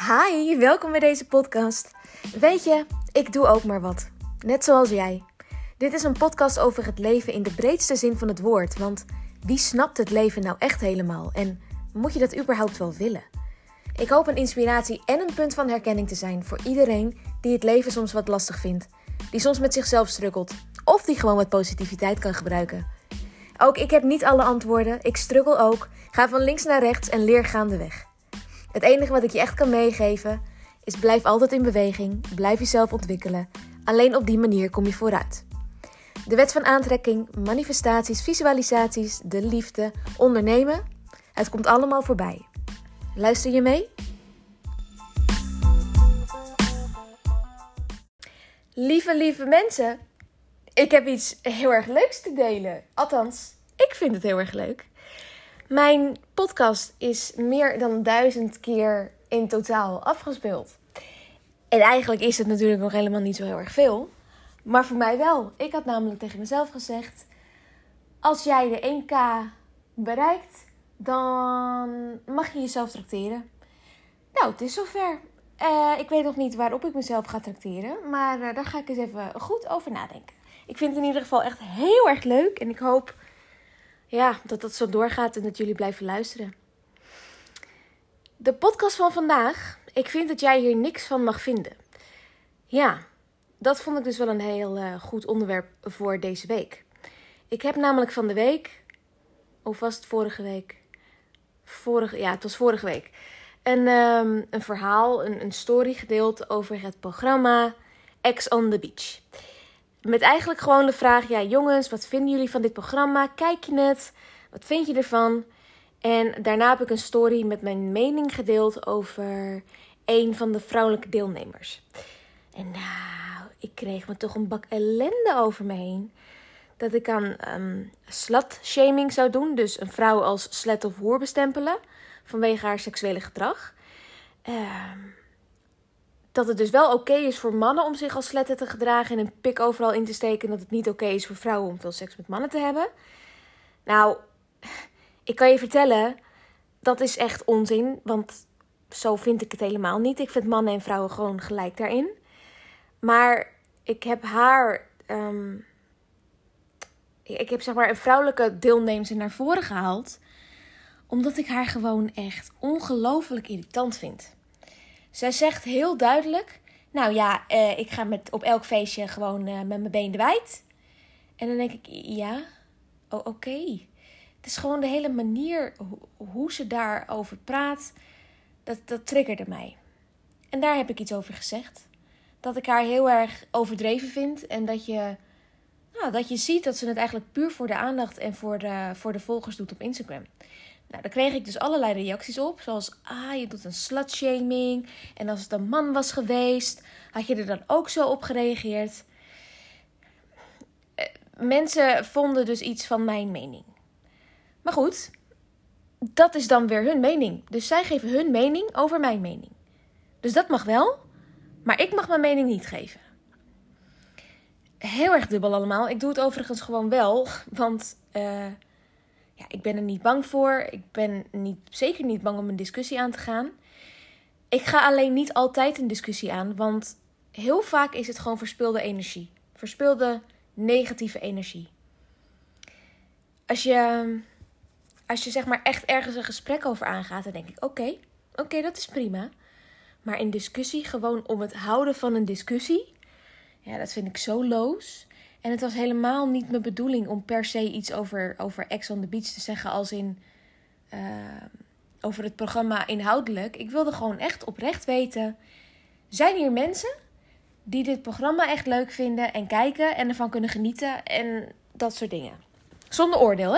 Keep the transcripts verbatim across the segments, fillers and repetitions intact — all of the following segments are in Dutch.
Hi, welkom bij deze podcast. Weet je, ik doe ook maar wat. Net zoals jij. Dit is een podcast over het leven in de breedste zin van het woord. Want wie snapt het leven nou echt helemaal? En moet je dat überhaupt wel willen? Ik hoop een inspiratie en een punt van herkenning te zijn voor iedereen die het leven soms wat lastig vindt. Die soms met zichzelf struggelt. Of die gewoon wat positiviteit kan gebruiken. Ook ik heb niet alle antwoorden. Ik struggle ook. Ga van links naar rechts en leer gaandeweg. Het enige wat ik je echt kan meegeven is blijf altijd in beweging, blijf jezelf ontwikkelen. Alleen op die manier kom je vooruit. De wet van aantrekking, manifestaties, visualisaties, de liefde, ondernemen. Het komt allemaal voorbij. Luister je mee? Lieve, lieve mensen, ik heb iets heel erg leuks te delen. Althans, ik vind het heel erg leuk. Mijn podcast is meer dan duizend keer in totaal afgespeeld. En eigenlijk is het natuurlijk nog helemaal niet zo heel erg veel. Maar voor mij wel. Ik had namelijk tegen mezelf gezegd, als jij de één k bereikt, dan mag je jezelf trakteren. Nou, het is zover. Uh, ik weet nog niet waarop ik mezelf ga trakteren. Maar uh, daar ga ik eens even goed over nadenken. Ik vind het in ieder geval echt heel erg leuk. En ik hoop ja, dat dat zo doorgaat en dat jullie blijven luisteren. De podcast van vandaag. Ik vind dat jij hier niks van mag vinden. Ja, dat vond ik dus wel een heel uh, goed onderwerp voor deze week. Ik heb namelijk van de week, of was het vorige week? Vorige, ja, het was vorige week. Een, um, een verhaal, een, een story gedeeld over het programma Ex on the Beach. Met eigenlijk gewoon de vraag, ja jongens, wat vinden jullie van dit programma? Kijk je het? Wat vind je ervan? En daarna heb ik een story met mijn mening gedeeld over een van de vrouwelijke deelnemers. En nou, ik kreeg me toch een bak ellende over me heen. Dat ik aan um, slut-shaming zou doen. Dus een vrouw als slet of hoer bestempelen. Vanwege haar seksuele gedrag. Uh, dat het dus wel oké okay is voor mannen om zich als sletten te gedragen. En een pik overal in te steken. En dat het niet oké okay is voor vrouwen om veel seks met mannen te hebben. Nou, ik kan je vertellen. Dat is echt onzin. Want zo vind ik het helemaal niet. Ik vind mannen en vrouwen gewoon gelijk daarin. Maar ik heb haar... Um, ik heb zeg maar een vrouwelijke deelnemster naar voren gehaald. Omdat ik haar gewoon echt ongelooflijk irritant vind. Zij zegt heel duidelijk. Nou ja, uh, ik ga met, op elk feestje gewoon uh, met mijn benen wijd. En dan denk ik, ja, oh, oké. Okay. Het is gewoon de hele manier ho- hoe ze daarover praat. Dat, dat triggerde mij. En daar heb ik iets over gezegd. Dat ik haar heel erg overdreven vind. En dat je, nou, dat je ziet dat ze het eigenlijk puur voor de aandacht en voor de, voor de volgers doet op Instagram. Nou, daar kreeg ik dus allerlei reacties op. Zoals, ah, je doet een slutshaming. En als het een man was geweest, had je er dan ook zo op gereageerd. Mensen vonden dus iets van mijn mening. Maar goed, dat is dan weer hun mening. Dus zij geven hun mening over mijn mening. Dus dat mag wel, maar ik mag mijn mening niet geven. Heel erg dubbel allemaal. Ik doe het overigens gewoon wel, want uh, ja, ik ben er niet bang voor. Ik ben niet, zeker niet bang om een discussie aan te gaan. Ik ga alleen niet altijd een discussie aan, want heel vaak is het gewoon verspilde energie. Verspilde negatieve energie. Als je, als je zeg maar echt ergens een gesprek over aangaat, dan denk ik, oké, okay, oké, okay, dat is prima. Maar in discussie, gewoon om het houden van een discussie, ja, dat vind ik zo loos. En het was helemaal niet mijn bedoeling om per se iets over, over Ex on the Beach te zeggen als in uh, over het programma inhoudelijk. Ik wilde gewoon echt oprecht weten, zijn hier mensen die dit programma echt leuk vinden en kijken en ervan kunnen genieten en dat soort dingen. Zonder oordeel, hè?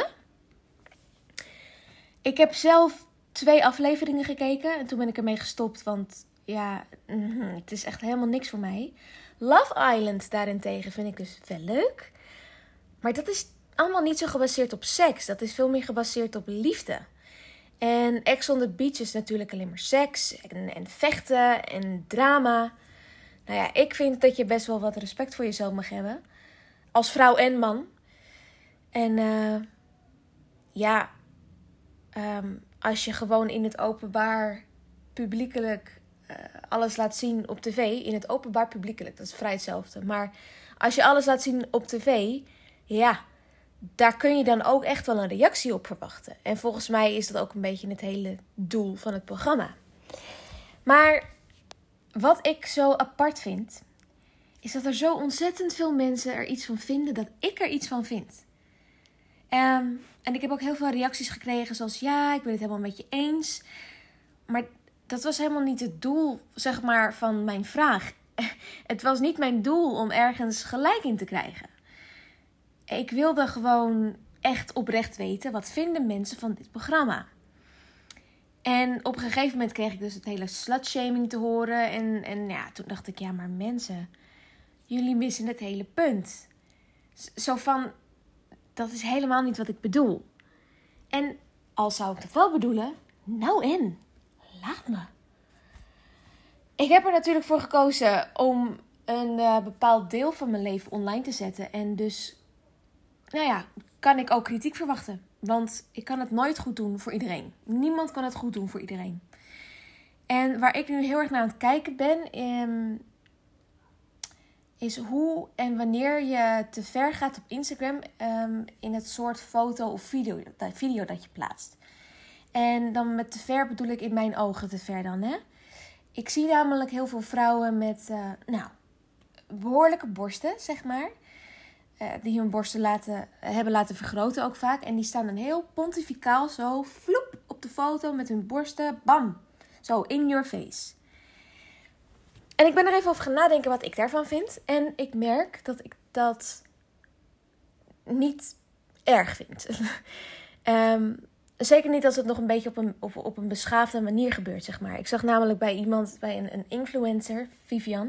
Ik heb zelf twee afleveringen gekeken en toen ben ik ermee gestopt, want ja, mm, het is echt helemaal niks voor mij. Love Island daarentegen vind ik dus wel leuk. Maar dat is allemaal niet zo gebaseerd op seks. Dat is veel meer gebaseerd op liefde. En Ex on the Beach is natuurlijk alleen maar seks en, en vechten en drama. Nou ja, ik vind dat je best wel wat respect voor jezelf mag hebben. Als vrouw en man. En uh, ja, um, als je gewoon in het openbaar publiekelijk uh, alles laat zien op tv, in het openbaar publiekelijk, dat is vrij hetzelfde. Maar als je alles laat zien op tv, ja, daar kun je dan ook echt wel een reactie op verwachten. En volgens mij is dat ook een beetje het hele doel van het programma. Maar wat ik zo apart vind, is dat er zo ontzettend veel mensen er iets van vinden dat ik er iets van vind. Um, en ik heb ook heel veel reacties gekregen zoals, ja, ik ben het helemaal met je eens. Maar dat was helemaal niet het doel, zeg maar, van mijn vraag. Het was niet mijn doel om ergens gelijk in te krijgen. Ik wilde gewoon echt oprecht weten, wat vinden mensen van dit programma? En op een gegeven moment kreeg ik dus het hele slutshaming te horen. En, en ja, toen dacht ik, ja, maar mensen, jullie missen het hele punt. Zo van, dat is helemaal niet wat ik bedoel. En al zou ik dat wel bedoelen, nou en, laat me. Ik heb er natuurlijk voor gekozen om een uh, bepaald deel van mijn leven online te zetten. En dus, nou ja, kan ik ook kritiek verwachten. Want ik kan het nooit goed doen voor iedereen. Niemand kan het goed doen voor iedereen. En waar ik nu heel erg naar aan het kijken ben, um, is hoe en wanneer je te ver gaat op Instagram um, in het soort foto of video, video dat je plaatst. En dan met te ver bedoel ik in mijn ogen te ver dan, hè. Ik zie namelijk heel veel vrouwen met, uh, nou, behoorlijke borsten, zeg maar. Uh, die hun borsten laten, hebben laten vergroten ook vaak. En die staan dan heel pontificaal zo, vloep, op de foto met hun borsten, bam. Zo, in your face. En ik ben er even over gaan nadenken wat ik daarvan vind. En ik merk dat ik dat niet erg vind. um, zeker niet als het nog een beetje op een, op, op een beschaafde manier gebeurt, zeg maar. Ik zag namelijk bij iemand, bij een, een influencer, Vivian.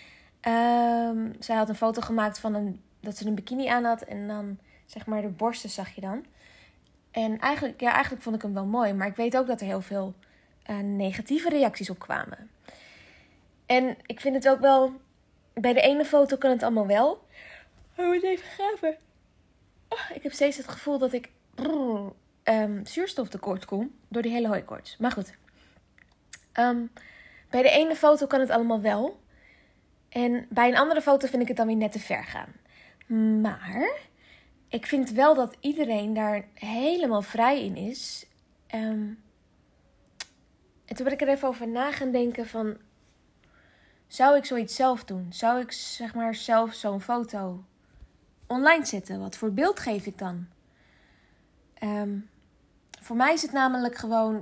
Um, zij had een foto gemaakt van een, dat ze een bikini aan had. En dan, zeg maar, de borsten zag je dan. En eigenlijk, ja, eigenlijk vond ik hem wel mooi. Maar ik weet ook dat er heel veel uh, negatieve reacties op kwamen. En ik vind het ook wel, bij de ene foto kan het allemaal wel. Oh, ik moet even graven. Oh, ik heb steeds het gevoel dat ik brrr, um, zuurstoftekort kom door die hele hooikoorts. Maar goed. Um, bij de ene foto kan het allemaal wel. En bij een andere foto vind ik het dan weer net te ver gaan. Maar ik vind wel dat iedereen daar helemaal vrij in is. Um, en toen ben ik er even over na gaan denken van, zou ik zoiets zelf doen? Zou ik, zeg maar, zelf zo'n foto online zetten? Wat voor beeld geef ik dan? Um, voor mij is het namelijk gewoon,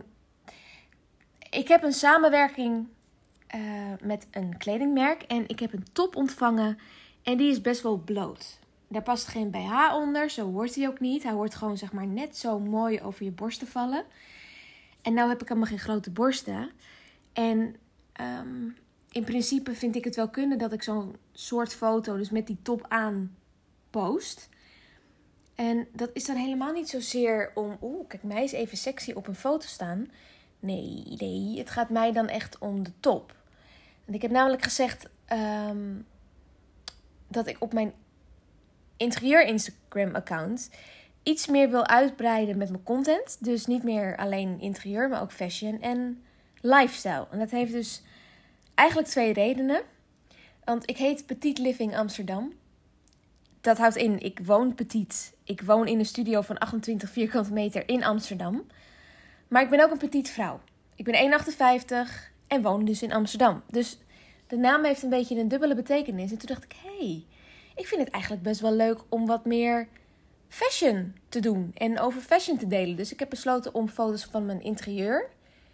ik heb een samenwerking uh, met een kledingmerk. En ik heb een top ontvangen. En die is best wel bloot. Daar past geen B H onder. Zo hoort hij ook niet. Hij hoort gewoon, zeg maar, net zo mooi over je borsten vallen. En nou heb ik helemaal geen grote borsten. En um, in principe vind ik het wel kunnen dat ik zo'n soort foto, dus met die top aan, post. En dat is dan helemaal niet zozeer om, oeh, kijk mij eens even sexy op een foto staan. Nee, nee, het gaat mij dan echt om de top. En ik heb namelijk gezegd um, dat ik op mijn interieur Instagram account iets meer wil uitbreiden met mijn content. Dus niet meer alleen interieur, maar ook fashion en lifestyle. En dat heeft dus eigenlijk twee redenen. Want ik heet Petite Living Amsterdam. Dat houdt in, ik woon petit. Ik woon in een studio van achtentwintig vierkante meter in Amsterdam. Maar ik ben ook een petite vrouw. Ik ben één komma achtenvijftig en woon dus in Amsterdam. Dus de naam heeft een beetje een dubbele betekenis. En toen dacht ik, hé, hey, ik vind het eigenlijk best wel leuk om wat meer fashion te doen. En over fashion te delen. Dus ik heb besloten om foto's van mijn interieur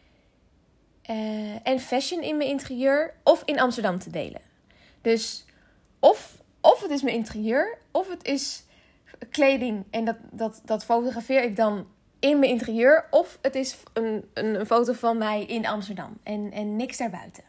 Uh, en fashion in mijn interieur of in Amsterdam te delen. Dus of, of het is mijn interieur, of het is kleding en dat, dat, dat fotografeer ik dan in mijn interieur, of het is een, een, een foto van mij in Amsterdam en, en niks daarbuiten.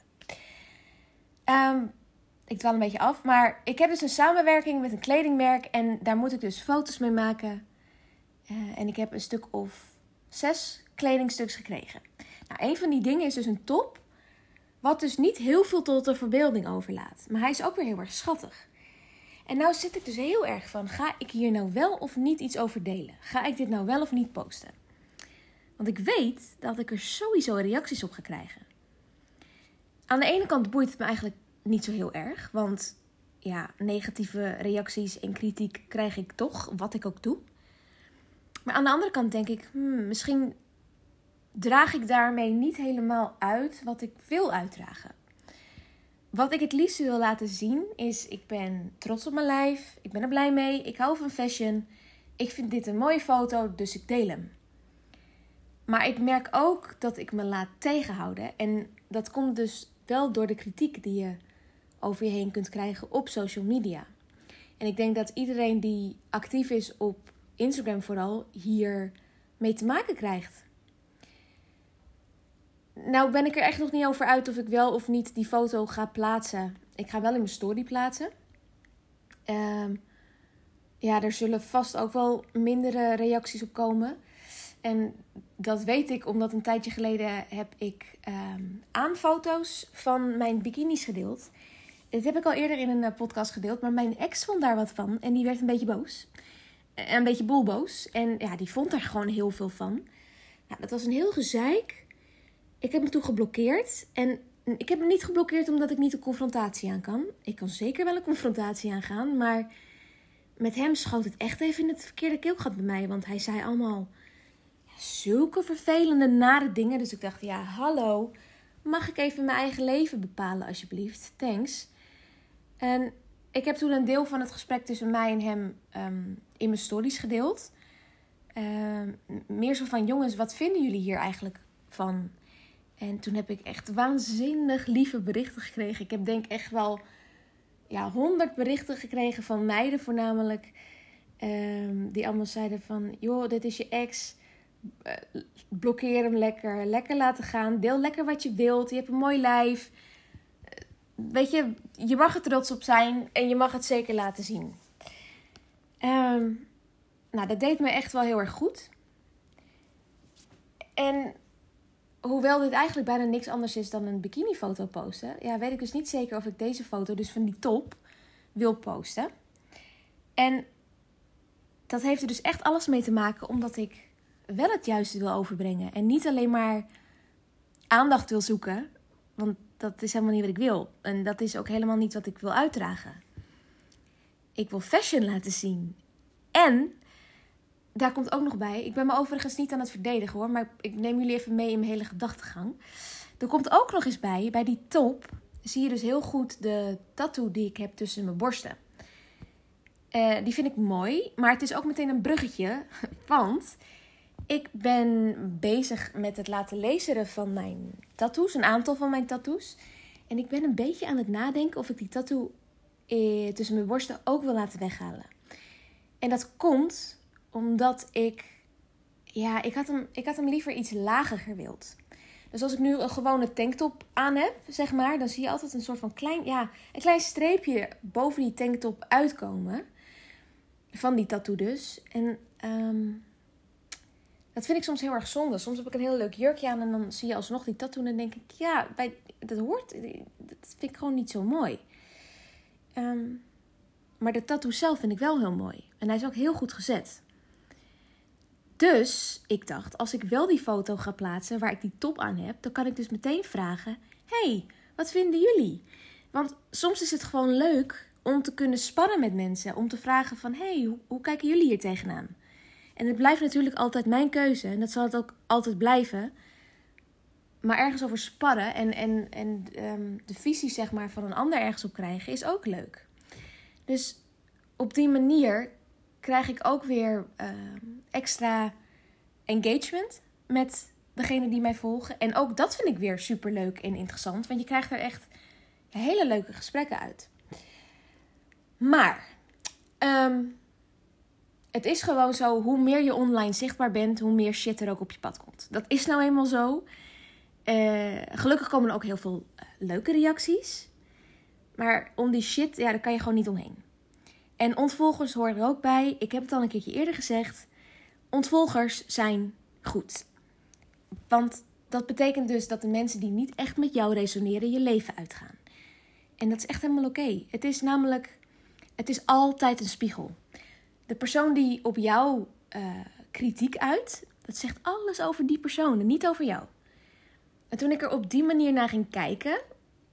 Um, ik dwaal een beetje af, maar ik heb dus een samenwerking met een kledingmerk en daar moet ik dus foto's mee maken. Uh, en ik heb een stuk of zes kledingstuks gekregen. Nou, een van die dingen is dus een top, wat dus niet heel veel tot de verbeelding overlaat. Maar hij is ook weer heel erg schattig. En nou zit ik dus heel erg van, ga ik hier nou wel of niet iets over delen? Ga ik dit nou wel of niet posten? Want ik weet dat ik er sowieso reacties op ga krijgen. aan de ene kant boeit het me eigenlijk niet zo heel erg. Want ja, negatieve reacties en kritiek krijg ik toch, wat ik ook doe. Maar aan de andere kant denk ik, hmm, misschien draag ik daarmee niet helemaal uit wat ik wil uitdragen. Wat ik het liefst wil laten zien is, ik ben trots op mijn lijf, ik ben er blij mee, ik hou van fashion. Ik vind dit een mooie foto, dus ik deel hem. Maar ik merk ook dat ik me laat tegenhouden. En dat komt dus wel door de kritiek die je over je heen kunt krijgen op social media. En ik denk dat iedereen die actief is op Instagram vooral hier mee te maken krijgt. Nou ben ik er echt nog niet over uit of ik wel of niet die foto ga plaatsen. Ik ga wel in mijn story plaatsen. Um, ja, er zullen vast ook wel mindere reacties op komen. En dat weet ik omdat een tijdje geleden heb ik um, aanfoto's van mijn bikinis gedeeld. Dit heb ik al eerder in een uh, podcast gedeeld, maar mijn ex vond daar wat van. En die werd een beetje boos. Een beetje boelboos. En ja, die vond er gewoon heel veel van. Nou, dat was een heel gezeik. Ik heb hem toen geblokkeerd. En ik heb hem niet geblokkeerd omdat ik niet een confrontatie aan kan. Ik kan zeker wel een confrontatie aangaan. Maar met hem schoot het echt even in het verkeerde keelgat bij mij. Want hij zei allemaal ja, zulke vervelende, nare dingen. Dus ik dacht, ja, hallo. Mag ik even mijn eigen leven bepalen alsjeblieft? Thanks. En ik heb toen een deel van het gesprek tussen mij en hem um, in mijn stories gedeeld. Um, meer zo van, jongens, wat vinden jullie hier eigenlijk van? En toen heb ik echt waanzinnig lieve berichten gekregen. Ik heb denk echt wel ja, honderd berichten gekregen van meiden voornamelijk. Um, die allemaal zeiden van, joh, dit is je ex. Uh, blokkeer hem lekker. Lekker laten gaan. Deel lekker wat je wilt. Je hebt een mooi lijf. Uh, weet je, je mag er trots op zijn. En je mag het zeker laten zien. Um, nou, dat deed me echt wel heel erg goed. En hoewel dit eigenlijk bijna niks anders is dan een bikinifoto posten, ja, weet ik dus niet zeker of ik deze foto, dus van die top, wil posten. En dat heeft er dus echt alles mee te maken, omdat ik wel het juiste wil overbrengen. En niet alleen maar aandacht wil zoeken, want dat is helemaal niet wat ik wil. En dat is ook helemaal niet wat ik wil uitdragen. Ik wil fashion laten zien. En daar komt ook nog bij, ik ben me overigens niet aan het verdedigen hoor, maar ik neem jullie even mee in mijn hele gedachtegang. Er komt ook nog eens bij, bij die top zie je dus heel goed de tattoo die ik heb tussen mijn borsten. Uh, die vind ik mooi, maar het is ook meteen een bruggetje, want ik ben bezig met het laten laseren van mijn tattoos, een aantal van mijn tattoos. En ik ben een beetje aan het nadenken of ik die tattoo eh, tussen mijn borsten ook wil laten weghalen. En dat komt omdat ik, ja, ik had hem, ik had hem liever iets lager gewild. Dus als ik nu een gewone tanktop aan heb, zeg maar, dan zie je altijd een soort van klein, ja, een klein streepje boven die tanktop uitkomen. Van die tattoo dus. En um, dat vind ik soms heel erg zonde. Soms heb ik een heel leuk jurkje aan en dan zie je alsnog die tattoo en dan denk ik, ja, bij, dat hoort, dat vind ik gewoon niet zo mooi. Um, maar de tattoo zelf vind ik wel heel mooi. En hij is ook heel goed gezet. Dus ik dacht, als ik wel die foto ga plaatsen waar ik die top aan heb, dan kan ik dus meteen vragen, hey, wat vinden jullie? Want soms is het gewoon leuk om te kunnen sparren met mensen. Om te vragen van, hey, hoe, hoe kijken jullie hier tegenaan? En het blijft natuurlijk altijd mijn keuze. En dat zal het ook altijd blijven. Maar ergens over sparren en, en, en um, de visie zeg maar, van een ander ergens op krijgen is ook leuk. Dus op die manier krijg ik ook weer uh, extra engagement met degene die mij volgen. En ook dat vind ik weer superleuk en interessant. Want je krijgt er echt hele leuke gesprekken uit. Maar um, het is gewoon zo, hoe meer je online zichtbaar bent, hoe meer shit er ook op je pad komt. Dat is nou eenmaal zo. Uh, gelukkig komen er ook heel veel uh, leuke reacties. Maar om die shit, ja, daar kan je gewoon niet omheen. En ontvolgers horen er ook bij. Ik heb het al een keertje eerder gezegd. Ontvolgers zijn goed. Want dat betekent dus dat de mensen die niet echt met jou resoneren je leven uitgaan. En dat is echt helemaal oké. Okay. Het is namelijk, het is altijd een spiegel. De persoon die op jou uh, kritiek uit, dat zegt alles over die persoon en niet over jou. En toen ik er op die manier naar ging kijken,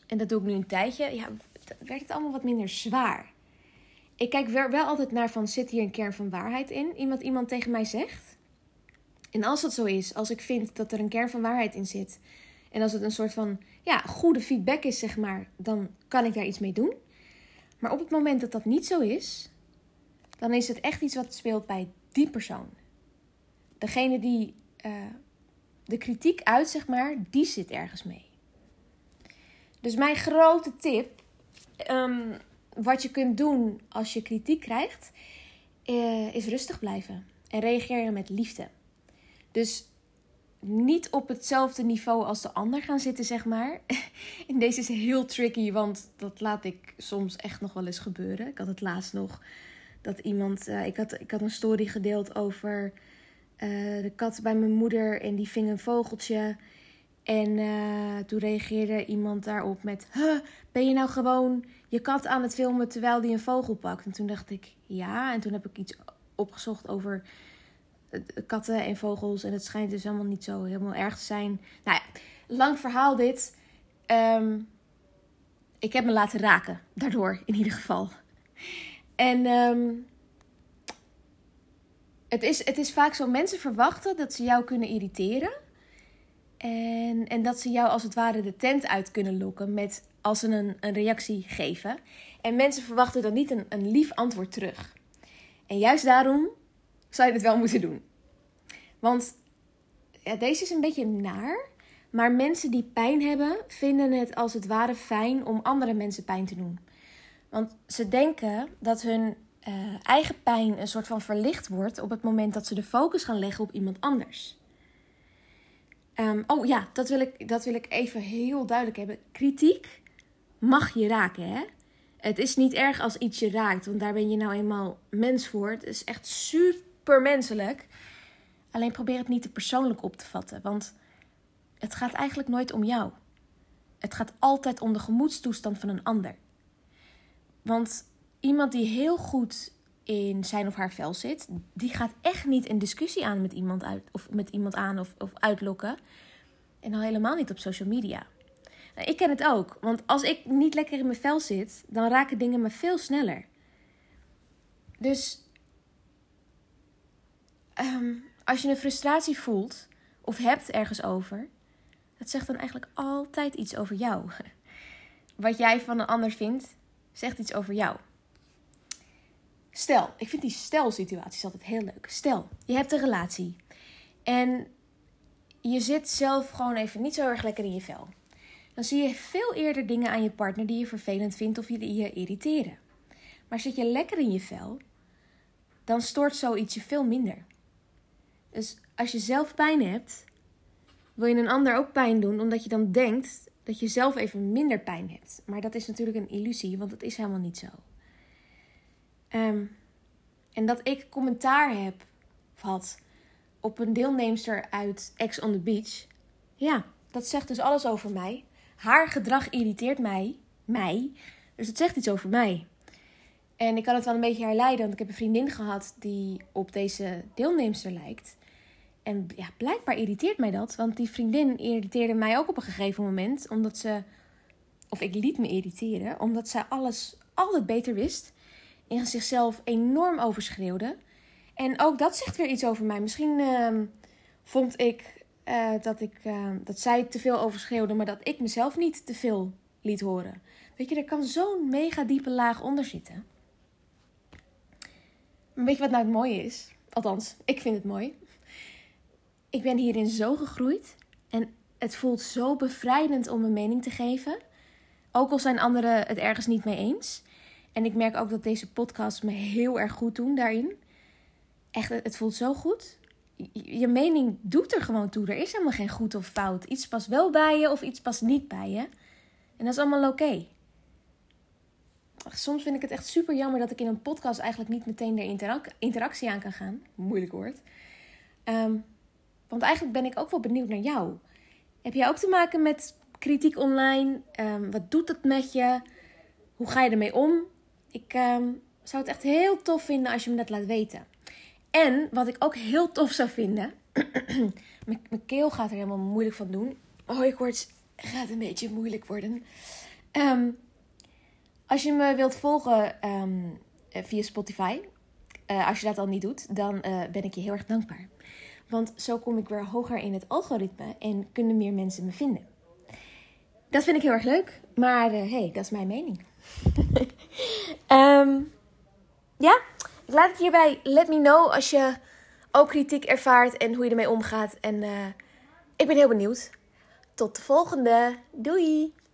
en dat doe ik nu een tijdje, ja, werd het allemaal wat minder zwaar. Ik kijk wel, wel altijd naar van, zit hier een kern van waarheid in? Iemand iemand tegen mij zegt. En als dat zo is, als ik vind dat er een kern van waarheid in zit, en als het een soort van ja, goede feedback is, zeg maar, dan kan ik daar iets mee doen. Maar op het moment dat dat niet zo is, dan is het echt iets wat speelt bij die persoon. Degene die uh, de kritiek uit, zeg maar, die zit ergens mee. Dus mijn grote tip, um, wat je kunt doen als je kritiek krijgt, uh, is rustig blijven en reageren met liefde. Dus niet op hetzelfde niveau als de ander gaan zitten, zeg maar. En deze is heel tricky, want dat laat ik soms echt nog wel eens gebeuren. Ik had het laatst nog dat iemand... Uh, ik, had, ik had een story gedeeld over uh, de kat bij mijn moeder en die ving een vogeltje. En uh, toen reageerde iemand daarop met... Huh, ben je nou gewoon je kat aan het filmen terwijl die een vogel pakt? En toen dacht ik, ja. En toen heb ik iets opgezocht over katten en vogels. En het schijnt dus helemaal niet zo helemaal erg te zijn. Nou ja, lang verhaal dit. Um, ik heb me laten raken. Daardoor in ieder geval. En um, het, is, het is vaak zo. Mensen verwachten dat ze jou kunnen irriteren. En, en dat ze jou als het ware de tent uit kunnen lokken met, als ze een, een reactie geven. En mensen verwachten dan niet een, een lief antwoord terug. En juist daarom zou je het wel moeten doen. Want ja, deze is een beetje naar. Maar mensen die pijn hebben, vinden het als het ware fijn om andere mensen pijn te doen. Want ze denken dat hun uh, eigen pijn een soort van verlicht wordt op het moment dat ze de focus gaan leggen op iemand anders. Um, oh ja, dat wil, ik, dat wil ik even heel duidelijk hebben. Kritiek mag je raken, hè? Het is niet erg als iets je raakt, want daar ben je nou eenmaal mens voor. Het is echt super menselijk. Alleen probeer het niet te persoonlijk op te vatten, want het gaat eigenlijk nooit om jou. Het gaat altijd om de gemoedstoestand van een ander. Want iemand die heel goed in zijn of haar vel zit, die gaat echt niet een discussie aan met iemand, uit, of met iemand aan of, of uitlokken. En al helemaal niet op social media. Nou, ik ken het ook, want als ik niet lekker in mijn vel zit, dan raken dingen me veel sneller. Dus um, als je een frustratie voelt of hebt ergens over, dat zegt dan eigenlijk altijd iets over jou. Wat jij van een ander vindt, zegt iets over jou. Stel, ik vind die stel-situaties altijd heel leuk. Stel, je hebt een relatie en je zit zelf gewoon even niet zo erg lekker in je vel. Dan zie je veel eerder dingen aan je partner die je vervelend vindt of die je irriteren. Maar zit je lekker in je vel, dan stoort zoiets je veel minder. Dus als je zelf pijn hebt, wil je een ander ook pijn doen, omdat je dan denkt dat je zelf even minder pijn hebt. Maar dat is natuurlijk een illusie, want dat is helemaal niet zo. Um, en dat ik commentaar heb, of had, op een deelnemster uit Ex on the Beach. Ja, dat zegt dus alles over mij. Haar gedrag irriteert mij. Mij. Dus het zegt iets over mij. En ik kan het wel een beetje herleiden, want ik heb een vriendin gehad die op deze deelnemster lijkt. En ja, blijkbaar irriteert mij dat. Want die vriendin irriteerde mij ook op een gegeven moment. Omdat ze, of ik liet me irriteren, omdat zij alles altijd beter wist. En zichzelf enorm overschreeuwde. En ook dat zegt weer iets over mij. Misschien uh, vond ik, uh, dat ik uh, dat zij te veel overschreeuwde, maar dat ik mezelf niet te veel liet horen. Weet je, er kan zo'n mega diepe laag onder zitten. Maar weet je wat nou het mooie is? Althans, ik vind het mooi. Ik ben hierin zo gegroeid. En het voelt zo bevrijdend om mijn mening te geven. Ook al zijn anderen het ergens niet mee eens. En ik merk ook dat deze podcasts me heel erg goed doen daarin. Echt, het voelt zo goed. Je mening doet er gewoon toe. Er is helemaal geen goed of fout. Iets past wel bij je of iets past niet bij je. En dat is allemaal oké. Okay. Soms vind ik het echt super jammer dat ik in een podcast eigenlijk niet meteen de interac- interactie aan kan gaan. Moeilijk woord. Um, want eigenlijk ben ik ook wel benieuwd naar jou. Heb jij ook te maken met kritiek online? Um, wat doet het met je? Hoe ga je ermee om? Ik um, zou het echt heel tof vinden als je me dat laat weten. En wat ik ook heel tof zou vinden. mijn, mijn keel gaat er helemaal moeilijk van doen. Oh, ik word, gaat een beetje moeilijk worden. Um, als je me wilt volgen um, via Spotify, uh, als je dat al niet doet, dan uh, ben ik je heel erg dankbaar. Want zo kom ik weer hoger in het algoritme en kunnen meer mensen me vinden. Dat vind ik heel erg leuk, maar uh, hey, dat is mijn mening. um, ja, ik laat het hierbij. Let me know als je ook kritiek ervaart en hoe je ermee omgaat. En uh, ik ben heel benieuwd. Tot de volgende. Doei!